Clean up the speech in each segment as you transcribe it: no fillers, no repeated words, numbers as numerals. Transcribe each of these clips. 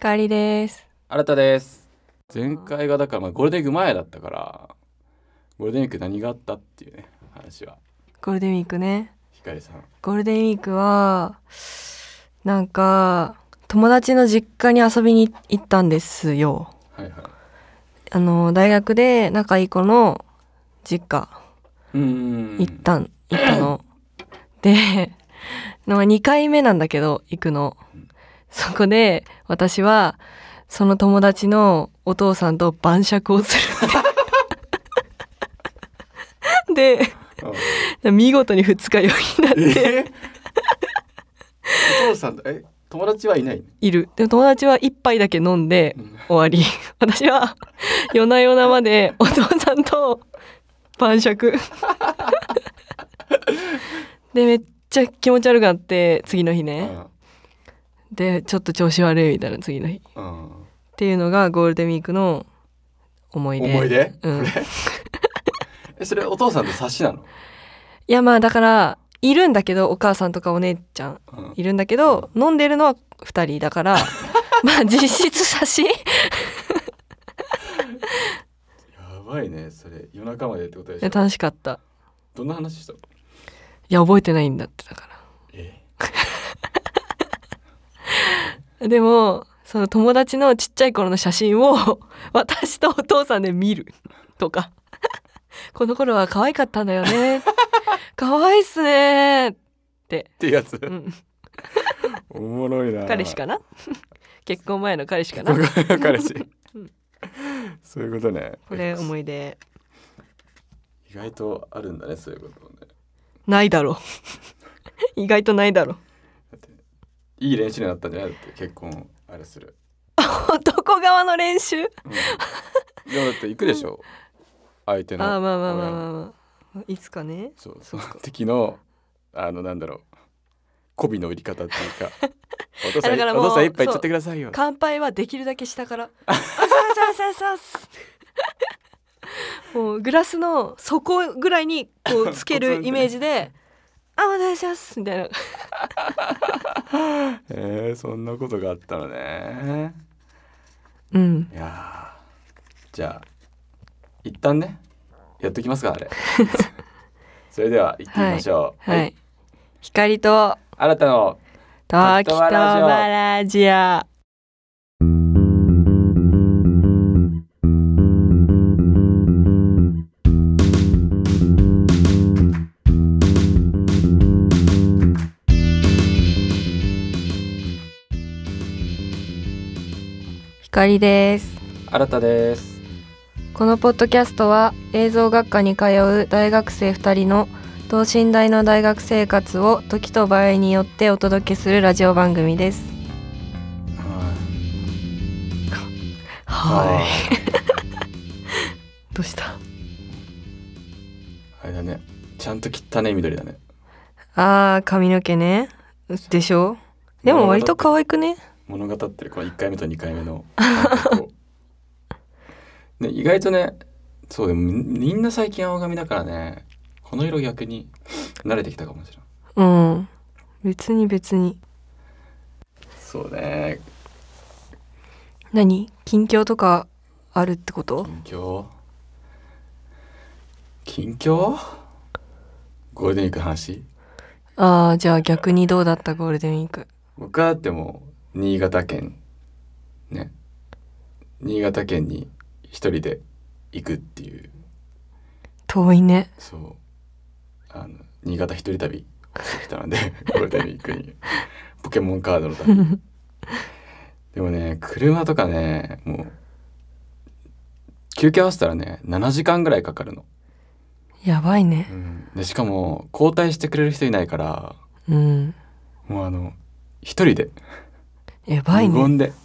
かりです。 新田です。前回がだからゴールデンウィーク前だったからゴールデンウィーク何があったっていうね話は。 ゴールデンウィークね。 ひかりさん。 ゴールデンウィークはなんか友達の実家に遊びに行ったんですよ。 はいはい。 大学で仲いい子の実家行ったので2回目なんだけど行くの。そこで私はその友達のお父さんと晩酌をするで見事に二日酔いになってお父さんと友達はいない？ いる。でも友達は一杯だけ飲んで終わり。私は夜な夜なまでお父さんと晩酌でめっちゃ気持ち悪くなって次の日ね、でちょっと調子悪いみたいな次の日、っていうのがゴールデンウィークの思い出。 それお父さんと察しなの？ いやまあだからいるんだけどお母さんとかお姉ちゃんいるんだけど、飲んでるのは2人だからまあ実質差しやばいねそれ。夜中までってことでしょ？ 楽しかった。 どんな話したの？ いや覚えてないんだってだからでもその友達のちっちゃい頃の写真を私とお父さんで見るとかこの頃は可愛かったんだよね可愛いっすねってやつ、おもろいな。 彼氏かな結婚前の彼氏かな彼氏そういうことね。 これ思い出。 意外とあるんだねそういうことね。 ないだろ意外とないだろ。 だっていい練習になったんじゃない？だって結婚あれする男側の練習、 でもだって行くでしょ、相手の。 まあいつかね。 そうその時のなんだろう媚びの売り方っていうかお父さん一杯いっちゃってくださいよ。 乾杯はできるだけ下からもうグラスの底ぐらいにこうつけるイメージでお願いしますみたいなそんなことがあったのね。いやじゃあ一旦ねやっときますかあれそれでは行ってみましょう。 はい、光と新たの時とばラジオ。光です。 新たです。 このポッドキャストは映像学科に通う大学生2人の等身大の大学生活を時と場合によってお届けするラジオ番組です。どうした？ あれだね、ちゃんと切ったね緑だね。 髪の毛ね。でしょ？でも割と可愛くね？ 物語ってるこの1回目と2回目のね、意外とね。そうでもみんな最近青髪だからね、この色逆に慣れてきたかもしれない。 別にそうね。 何？近況とかあるってこと？ 近況ゴールデンウィークの話。 じゃあ逆にどうだったゴールデンウィーク？ 僕はだってもう新潟県ね、新潟県に一人で行くっていう。 遠いね。 そう新潟一人旅をしてきたのでゴールデンウィークにポケモンカードの旅でもね車とかねもう休憩合わせたらね7時間ぐらいかかるの。 やばいね。 でしかも交代してくれる人いないから、もう一人でやばいね。 無言で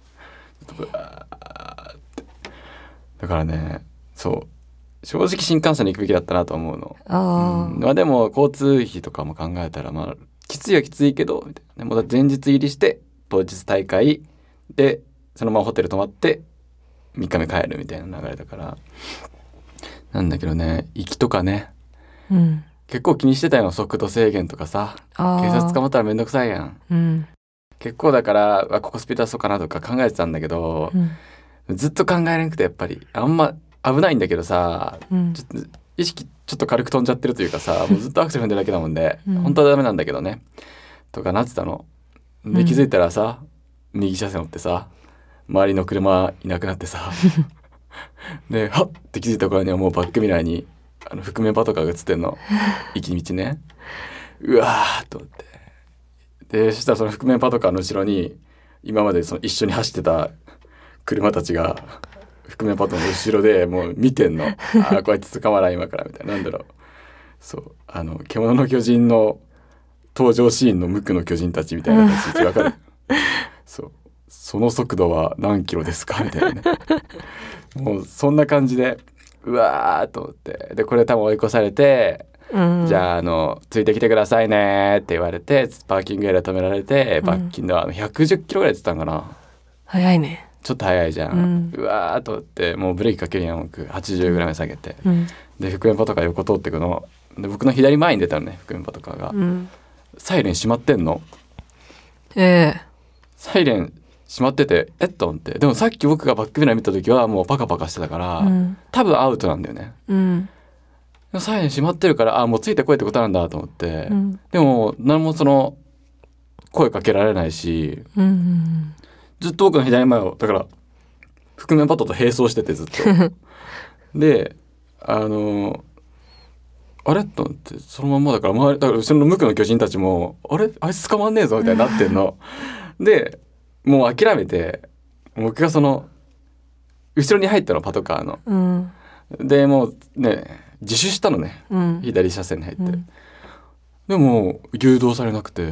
だからね、そう正直新幹線に行くべきだったなと思うの。まあでも交通費とかも考えたらまあきついはきついけどみたいな、ね、もう前日入りして当日大会でそのままホテル泊まって3日目帰るみたいな流れだからなんだけどね、行きとかね、結構気にしてたよ。速度制限とかさ、警察捕まったらめんどくさいやん。 うん、 結構だからここスピード出そうかなとか考えてたんだけど、ずっと考えなくてやっぱりあんま危ないんだけどさ、ちょっと意識ちょっと軽く飛んじゃってるというかさ、もうずっとアクセル踏んでるだけだもんで、本当はダメなんだけどねとかなってたので、気づいたらさ、右車線追ってさ、周りの車いなくなってさではっって気づいた頃にはもうバックミラーに覆面パトカーが映ってんの行き道ね。うわーと思って、でそしたらその覆面パトカーの後ろに今までその一緒に走ってた車たちが覆面パトカーの後ろでもう見てんのあこいつ捕まらん今からみたいな、なんだろう、そう獣の巨人の登場シーンの無垢の巨人たちみたいな立ち位置わかるそうその速度は何キロですかみたいなねもうそんな感じでうわーと思って、でこれ多分追い越されて、じゃあついてきてくださいねって言われてパーキングエリア止められて、罰金で110キロぐらいって言ったんかな。 早いね。 ちょっと早いじゃん、うわーと思ってもうブレーキかけるやん、僕80ぐらい下げて、で覆面パトカー横通ってくので、僕の左前に出たのね覆面パトカーが、サイレン閉まってんの。サイレン閉まっててと思って、でもさっき僕がバックミラー見た時はもうパカパカしてたから、多分アウトなんだよね、サイレン閉まってるからもうついてこいってことなんだと思って、でも何もその声かけられないし、ずっと僕の左前をだから覆面パトと並走しててずっとであれと思って、そのまんまだからだから後ろの無垢の巨人たちもあれあいつ捕まんねえぞみたいになってんのでもう諦めて、僕がその後ろに入ったのパトカーの、でもうね自首したのね、左車線に入って、でも誘導されなくて、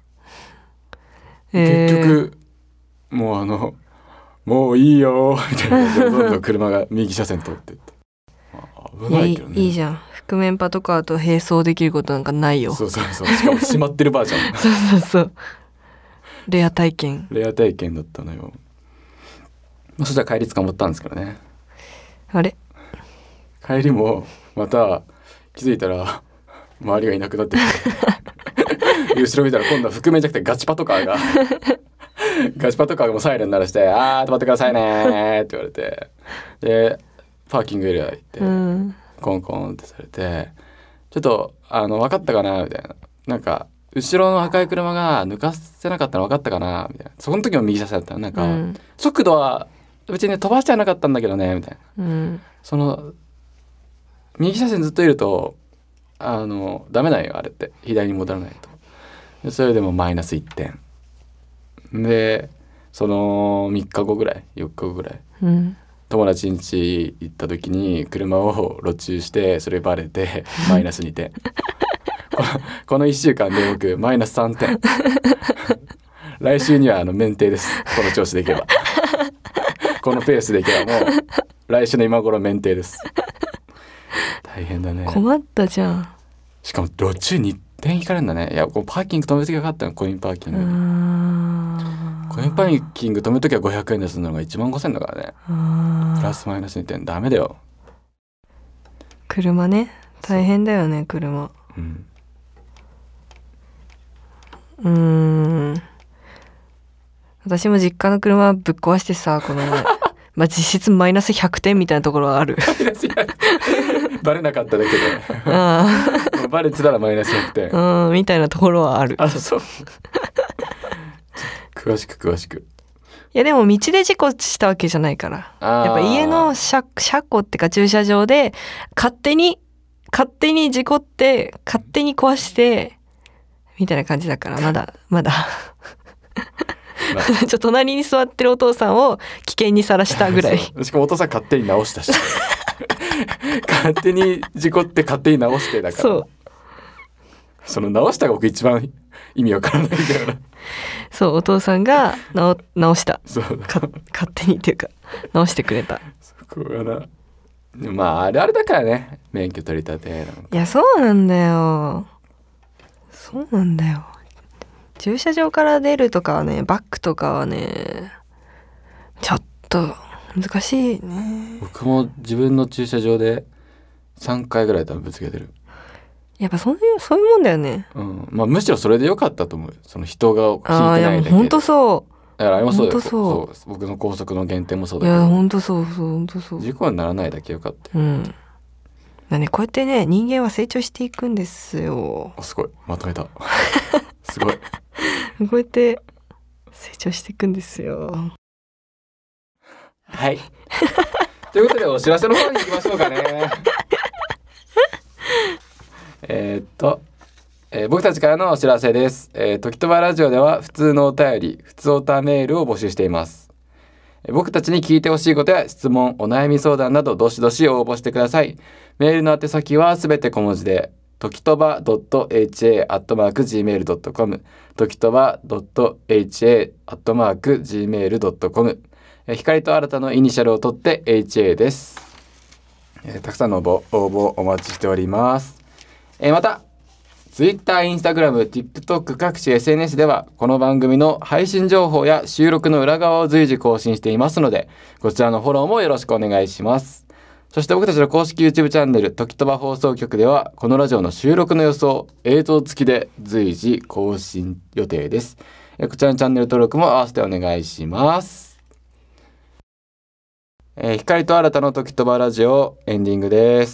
結局もうもういいよみたいなどんどん車が右車線通ってって危ないけどね。 いいじゃん、覆面パトカーと並走できることなんかないよ。 そうしかも閉まってるバージョンそうレア体験だったのよ。そしたら帰り捕まったんですけどね。 あれ帰りもまた気づいたら周りがいなくなってきて後ろ見たら今度は覆面じゃなくてガチパトカーがもうサイレン鳴らして「止まってくださいね」って言われて、でパーキングエリア行って、コンコンってされて「ちょっと分かったかな?」みたいな、なんか後ろの赤い車が抜かせなかったの分かったかなみたいな、そこの時も右車線だったの、なんか、速度は別に飛ばしてはなかったんだけどねみたいな、その右車線ずっといるとダメなんよあれって、左に戻らないと。でそれでもマイナス1点で、その3日後ぐらい4日後ぐらい、友達ん家行った時に車を路駐してそれバレてマイナス2点この1週間で僕マイナス3点来週には免停です。この調子でいけばこのペースでいけばもう来週の今頃免停です。大変だね。 困ったじゃん。 しかも路駐に1点引かれるんだね。いやこうパーキング止める時がかかったの、コインパーキング。コインパーキング止める時は500円でするのが15,000だからね。プラスマイナス2点ダメだよ。 車ね、大変だよね車。私も実家の車ぶっ壊してさ、この前実質マイナス100点みたいなところはあるバレなかっただけでバレてたらマイナス100点みたいなところはある。 そう詳しく。 いやでも道で事故したわけじゃないから、やっぱ家の車庫ってか駐車場で勝手に事故って勝手に壊してみたいな感じだから、まだちょっと隣に座ってるお父さんを危険にさらしたぐらいしかもお父さん勝手に直したし勝手に事故って勝手に直してだから、その直したが僕一番意味わからないんだよな。 そうお父さんが直した勝手にっていうか直してくれた。 そこがな、まああれだからね、免許取り立て。 いやそうなんだよ。駐車場から出るとかはね、バックとかはねちょっと難しいね。 僕も自分の駐車場で3回ぐらい多分ぶつけてる。 やっぱそういうもんだよね。 まあむしろそれで良かったと思う。その人が聞いてないだけで。 本当そう。 だからあれもそうだよ。 そう。 僕の高速の減点もそうだけど。 いや本当そう事故にならないだけよかった。 こうやってね、人間は成長していくんですよ。 すごいまとめた。すごい。こうやって成長していくんですよ。 はい。ということでお知らせの方に行きましょうかね。僕たちからのお知らせです。時とばラジオでは普通のお便り、普通おたメールを募集しています。僕たちに聞いてほしいことや質問、お悩み相談などどしどし応募してください。メールの宛先はすべて小文字で、ときとば .ha@gmail.com、ときとば .ha@gmail.com、光と新たのイニシャルを取って HA です。たくさんの応募お待ちしております。またTwitter、Instagram、TikTok 各種 SNS ではこの番組の配信情報や収録の裏側を随時更新していますので、こちらのフォローもよろしくお願いします。そして僕たちの公式 YouTube チャンネル時とば放送局ではこのラジオの収録の予想、映像付きで随時更新予定です。こちらのチャンネル登録も合わせてお願いします。光と新たの時とばラジオエンディングです。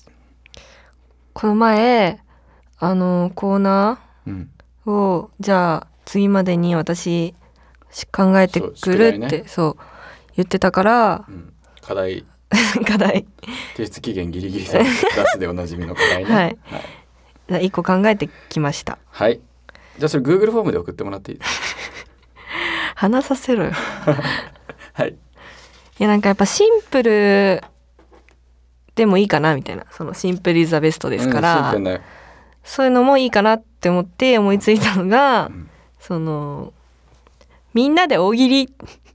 この前コーナーを、じゃあ次までに私考えてくるって、そう言ってたから、 課題提出期限ギリギリで出すでおなじみの課題ね。 はい、1個考えてきました。 はい。じゃあそれ Google フォームで送ってもらっていいですか？ 話させろよ。 はい。いやなんかやっぱシンプルでもいいかなみたいな、そのシンプルイズザベストですから、シンプルなそういうのもいいかなって思って思いついたのが、そのみんなで大喜利。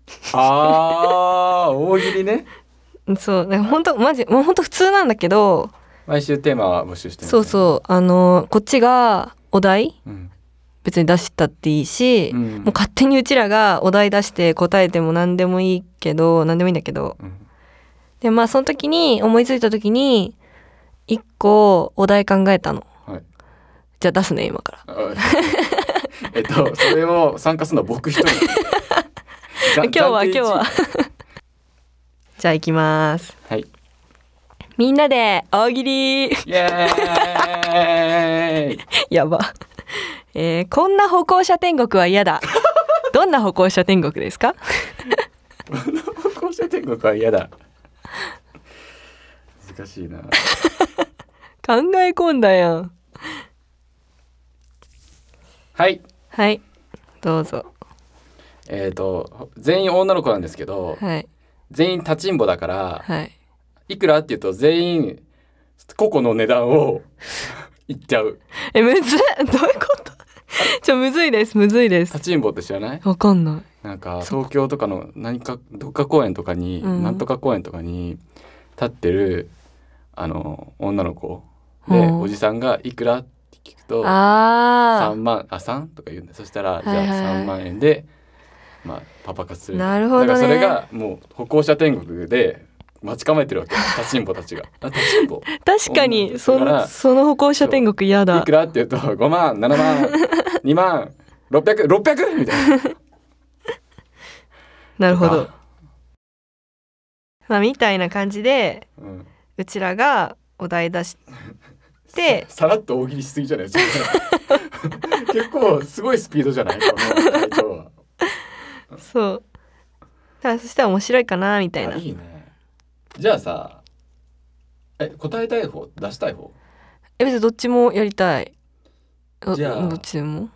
大喜利ね。 そう、なんか本当マジもう本当普通なんだけど、 毎週テーマは募集してます、 ね、そうこっちがお題、別に出したっていいし、もう勝手にうちらがお題出して答えても何でもいいんだけど、でまあその時に思いついた時に1個お題考えたの。じゃあ出すね今から。 それを参加するのは僕一人。 今日はじゃあ行きます。 はい。 みんなで大喜利。イエーイ。 やば。こんな歩行者天国は嫌だ。どんな歩行者天国ですか？ こんな歩行者天国は嫌だ。難しいな。考え込んだやん。 はいどうぞ。 全員女の子なんですけど、全員立ちんぼだから、いくらって言うと全員個々の値段を言っちゃう。 むずい。どういうことむずいです。 立ちんぼって知らない？ わかんない。 なんか東京とかのどっか公園とかに、なんとか公園とかに立ってる女の子で、おじさんがいくらって聞くと3万3とか言うんだ。そしたら、じゃあ3万円でパパ活する。 なるほどね。 だからそれがもう歩行者天国で待ち構えてるわけ。立ちんぼたちが。立ちんぼ。 確かにその歩行者天国嫌だ。 いくらって言うと5万7万2万600みたいな。 なるほど。みたいな感じで、うちらがお題出してさらっと大喜利しすぎじゃないですか。結構すごいスピードじゃない？この会長は。 そう。そしたら面白いかなみたいな。 いいね。じゃあさ、答えたい方出したい方？ 別にどっちもやりたい。 じゃあどっちでも。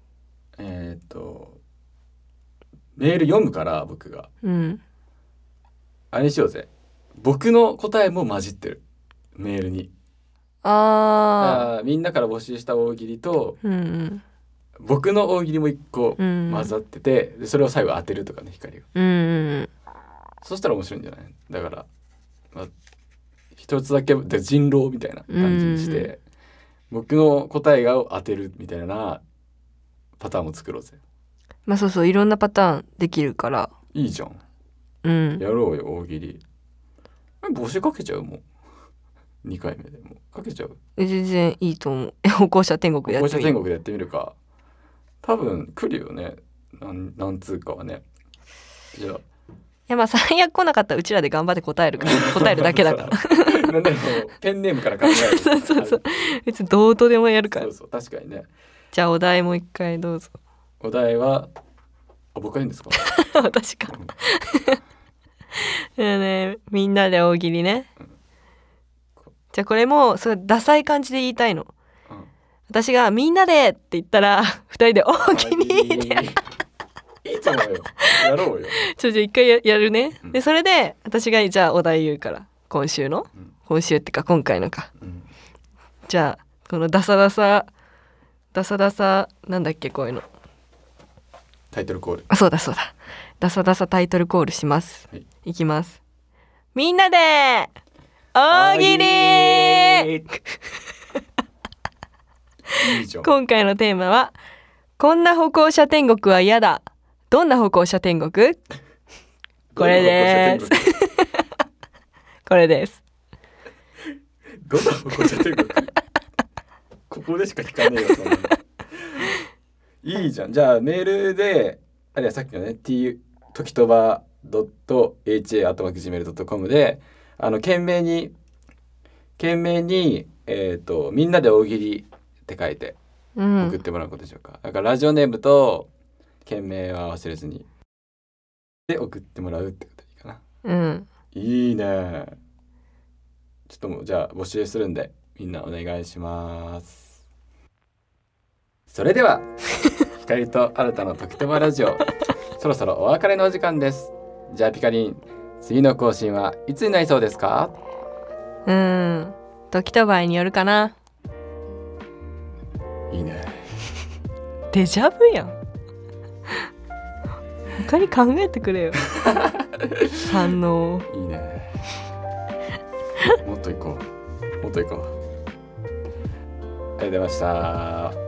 メール読むから僕が。あれにしようぜ。僕の答えも混じってるメールに。みんなから募集した大喜利と、僕の大喜利も一個混ざってて、でそれを最後当てるとかね、光が。そしたら面白いんじゃない？だから、一つだけで人狼みたいな感じにして、僕の答えを当てるみたいなパターンも作ろうぜ。 そういろんなパターンできるから。 いいじゃん。やろうよ大喜利。募集かけちゃうもん。 2回目でもかけちゃう？ 全然いいと思う。歩行者天国でやってみる。 歩行者天国でやってみるか。多分来るよね、何通かはね。じゃあいやまあ最悪来なかったらうちらで頑張って答えるだけだからなんだろう、ペンネームから考えるそうそうそう、別にどうとでもやるから。 そうそう、確かにね。 じゃあお題もう一回どうぞ。 お題は僕がいいんですか？ 私かね、みんなで大喜利ね、じゃあこれもそれダサい感じで言いたいの、私がみんなでって言ったら二人で大喜利っていいと思うよ、やろうよ。 じゃあ一回 やるね、でそれで私がじゃあお題言うから、今週ってか今回のか、じゃあこのダサダサなんだっけ、こういうのタイトルコール。 あ、そうだダサダサタイトルコールします、いきます。みんなで大喜利いいじゃん。 今回のテーマはこんな歩行者天国は嫌だ。どんな歩行者天国？これですこれです。 どんな歩行者天国ここでしか聞かねえよ、そんなの。いいじゃん。じゃあメールで、あるいはさっきのね 時とば .ha@gmail.com で懸命にみんなで大喜利って書いて送ってもらうことでしょうか。だからラジオネームと件名は忘れずにで送ってもらうってことでいいかな。いいね。ちょっともうじゃあ募集するんでみんなお願いします。それでは光と新たの時とばラジオそろそろお別れのお時間です。じゃあピカリン、次の更新はいつになりそうですか？ 時と場合によるかな。 いいね。 デジャブやん。他に考えてくれよ。反応。 いいね。もっと行こう。ありがとうございました。